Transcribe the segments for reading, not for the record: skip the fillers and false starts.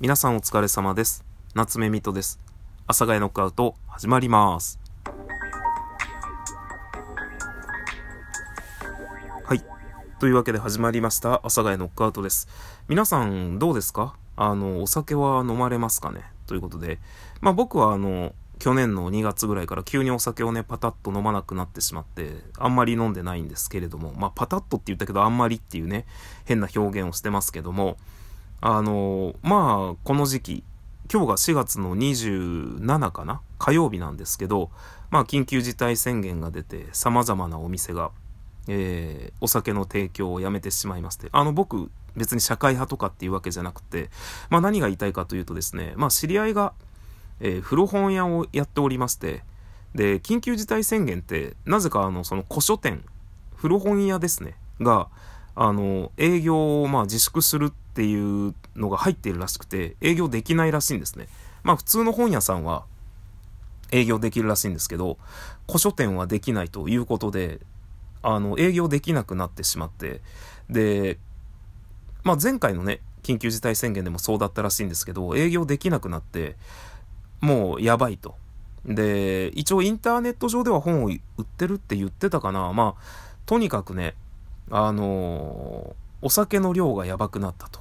皆さんお疲れ様です。夏目みとです。阿佐ヶ谷ノックアウト始まります。はい。というわけで始まりました阿佐ヶ谷ノックアウトです。皆さんどうですか？お酒は飲まれますかね？ということで、僕は去年の2月ぐらいから急にお酒をね、パタッと飲まなくなってしまって、あんまり飲んでないんですけれども、パタッとって言ったけど、あんまりっていうね、変な表現をしてますけども、この時期、今日が4月の27かな火曜日なんですけど、緊急事態宣言が出て、様々なお店が、お酒の提供をやめてしまいまして、僕、別に社会派とかっていうわけじゃなくて、何が言いたいかというとですね、知り合いが、古本屋をやっておりまして、で、緊急事態宣言って、なぜかその古書店、古本屋ですね、が、営業を自粛するっていうのが入っているらしくて、営業できないらしいんですね。普通の本屋さんは営業できるらしいんですけど、古書店はできないということで、営業できなくなってしまって、で、前回のね、緊急事態宣言でもそうだったらしいんですけど、営業できなくなって、もうやばいと。で、一応インターネット上では本を売ってるって言ってたかな。とにかくね、お酒の量がやばくなったと。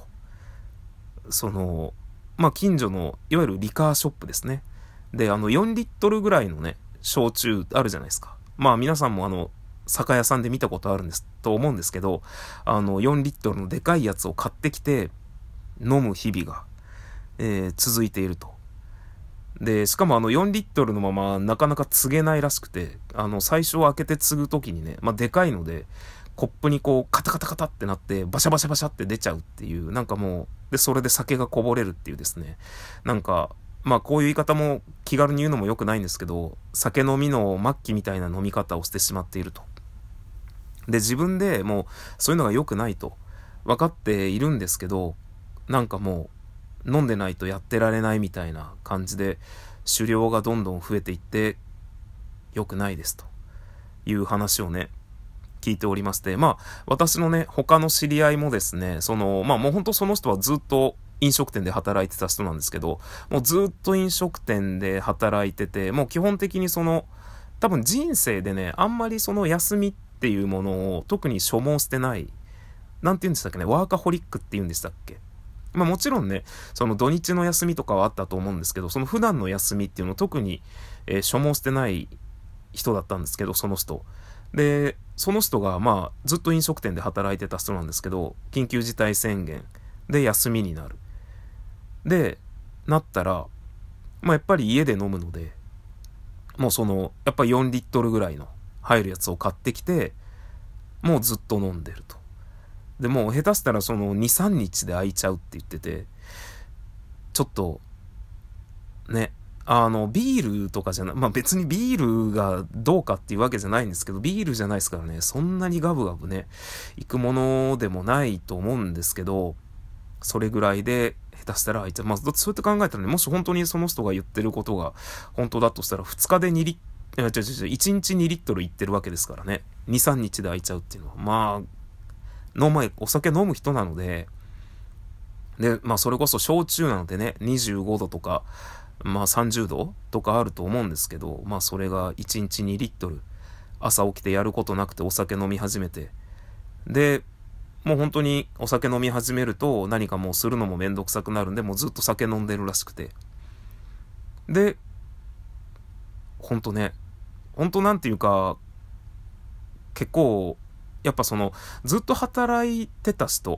近所の、いわゆるリカーショップですね。で、4リットルぐらいのね、焼酎あるじゃないですか。皆さんも酒屋さんで見たことあるんですと思うんですけど、4リットルのでかいやつを買ってきて、飲む日々が、続いていると。で、しかも4リットルのままなかなか継げないらしくて、最初開けて継ぐときにね、でかいので、コップにこうカタカタカタってなってバシャバシャバシャって出ちゃうっていう、で、それで酒がこぼれるっていうですね。こういう言い方も気軽に言うのも良くないんですけど、酒飲みの末期みたいな飲み方をしてしまっていると。で、自分でもうそういうのが良くないと分かっているんですけど、もう飲んでないとやってられないみたいな感じで、酒量がどんどん増えていって良くないですという話をね、聞いておりまして、私のね、他の知り合いもですね、もう本当その人はずっと飲食店で働いてた人なんですけど、もうずっと飲食店で働いてて、もう基本的に多分人生でね、あんまり休みっていうものを特に所望してない、なんて言うんでしたっけね、ワーカホリックって言うんでしたっけ。もちろんね、土日の休みとかはあったと思うんですけど、普段の休みっていうのを特に、所望してない人だったんですけど、その人。で、その人がずっと飲食店で働いてた人なんですけど、緊急事態宣言で休みになる。で、なったら、やっぱり家で飲むので、もうやっぱり4リットルぐらいの入るやつを買ってきて、もうずっと飲んでると。で、もう下手したら2、3日で空いちゃうって言ってて、ちょっと、ね、ビールとかじゃない、別にビールがどうかっていうわけじゃないんですけど、ビールじゃないですからね、そんなにガブガブね、行くものでもないと思うんですけど、それぐらいで下手したら空いちゃう。そうやって考えたらね、もし本当にその人が言ってることが本当だとしたら、2日で2リットル、1日2リットル行ってるわけですからね、2、3日で空いちゃうっていうのは、お酒飲む人なので、で、それこそ焼酎なのでね、25度とか、30度とかあると思うんですけど、それが1日2リットル、朝起きてやることなくてお酒飲み始めて、で、もう本当にお酒飲み始めると何かもうするのもめんどくさくなるんで、もうずっと酒飲んでるらしくて。で、本当なんていうか、結構、やっぱずっと働いてた人って、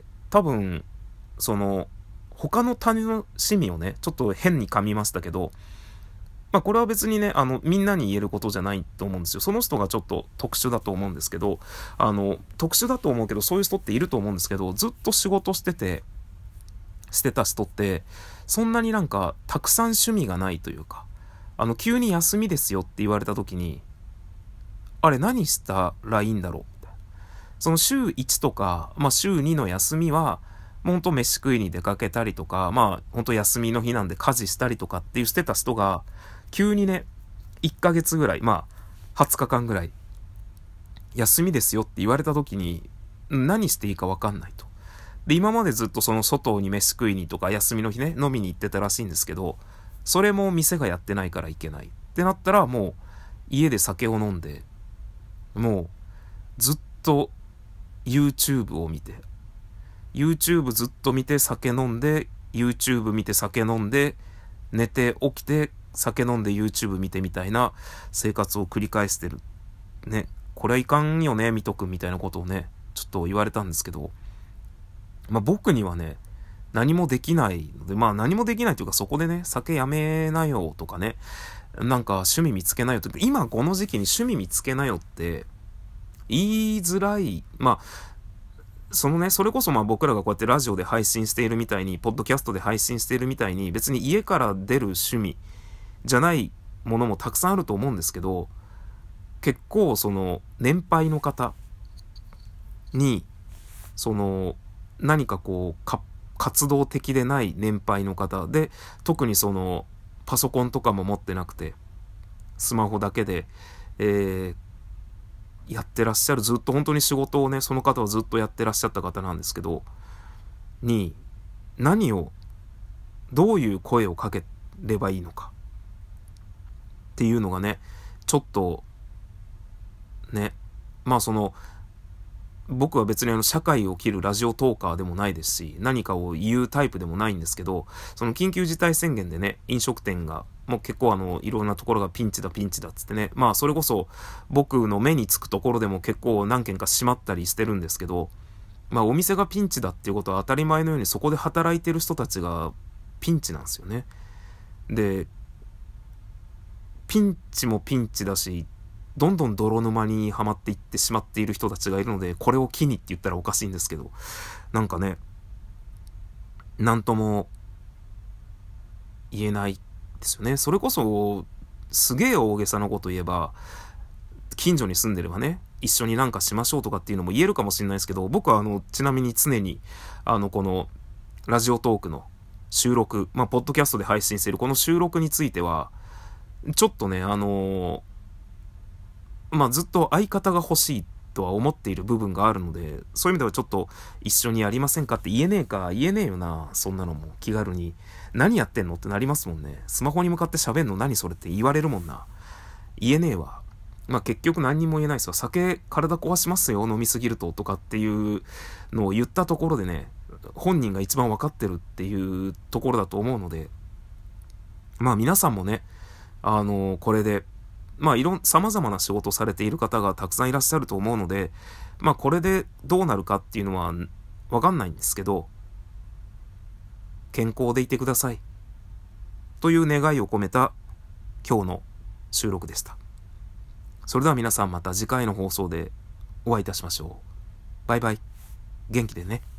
多分、他の他人の趣味をね、ちょっと変に噛みましたけど、これは別にね、みんなに言えることじゃないと思うんですよ。その人がちょっと特殊だと思うんですけど、特殊だと思うけど、そういう人っていると思うんですけど、ずっと仕事してた人って、そんなにたくさん趣味がないというか、急に休みですよって言われた時に、あれ何したらいいんだろうみたいな。週1とか、週2の休みは、もうほんと飯食いに出かけたりとか、ほんと休みの日なんで家事したりとかっていうしてた人が、急にね、1ヶ月ぐらい、20日間ぐらい、休みですよって言われた時に、何していいか分かんないと。 で、今までずっとその外に飯食いにとか休みの日ね、飲みに行ってたらしいんですけど、それも店がやってないから行けないってなったら、もう家で酒を飲んで、もうずっと YouTube を見て、YouTube ずっと見て酒飲んで、YouTube 見て酒飲んで、寝て起きて酒飲んで YouTube 見てみたいな生活を繰り返してる。ね。これはいかんよね、見とくみたいなことをね、ちょっと言われたんですけど、僕にはね、何もできないので、何もできないというか、そこでね、酒やめなよとかね、なんか趣味見つけなよとか、今この時期に趣味見つけなよって言いづらい。そのね、それこそ僕らがこうやってラジオで配信しているみたいに、ポッドキャストで配信しているみたいに、別に家から出る趣味じゃないものもたくさんあると思うんですけど、結構その年配の方に、その何かこう活動的でない年配の方で、特にそのパソコンとかも持ってなくて、スマホだけで、やってらっしゃる、ずっと本当に仕事をね、その方はずっとやってらっしゃった方なんですけど、に、どういう声をかければいいのかっていうのがね、ちょっと、ね、僕は別に社会を切るラジオトーカーでもないですし、何かを言うタイプでもないんですけど、その緊急事態宣言でね、飲食店が、もう結構いろんなところがピンチだっつってね、それこそ僕の目につくところでも結構何軒か閉まったりしてるんですけど、お店がピンチだっていうことは当たり前のように、そこで働いてる人たちがピンチなんですよね。で、ピンチもピンチだし、どんどん泥沼にはまっていってしまっている人たちがいるので、これを機にって言ったらおかしいんですけど、なんかね、なんとも言えないですよね。それこそ、すげえ大げさなこと言えば、近所に住んでればね、一緒になんかしましょうとかっていうのも言えるかもしれないですけど、僕はちなみに常に、この、ラジオトークの収録、ポッドキャストで配信しているこの収録については、ちょっとね、ずっと相方が欲しいとは思っている部分があるので、そういう意味ではちょっと一緒にやりませんかって言えねえよな、そんなのも気軽に。何やってんのってなりますもんね。スマホに向かって喋んの何それって言われるもんな。言えねえわ。結局何にも言えないですよ。酒体壊しますよ、飲みすぎるととかっていうのを言ったところでね、本人が一番わかってるっていうところだと思うので、皆さんもね、これで、様々な仕事をされている方がたくさんいらっしゃると思うので、これでどうなるかっていうのはわかんないんですけど、健康でいてください。という願いを込めた今日の収録でした。それでは皆さんまた次回の放送でお会いいたしましょう。バイバイ。元気でね。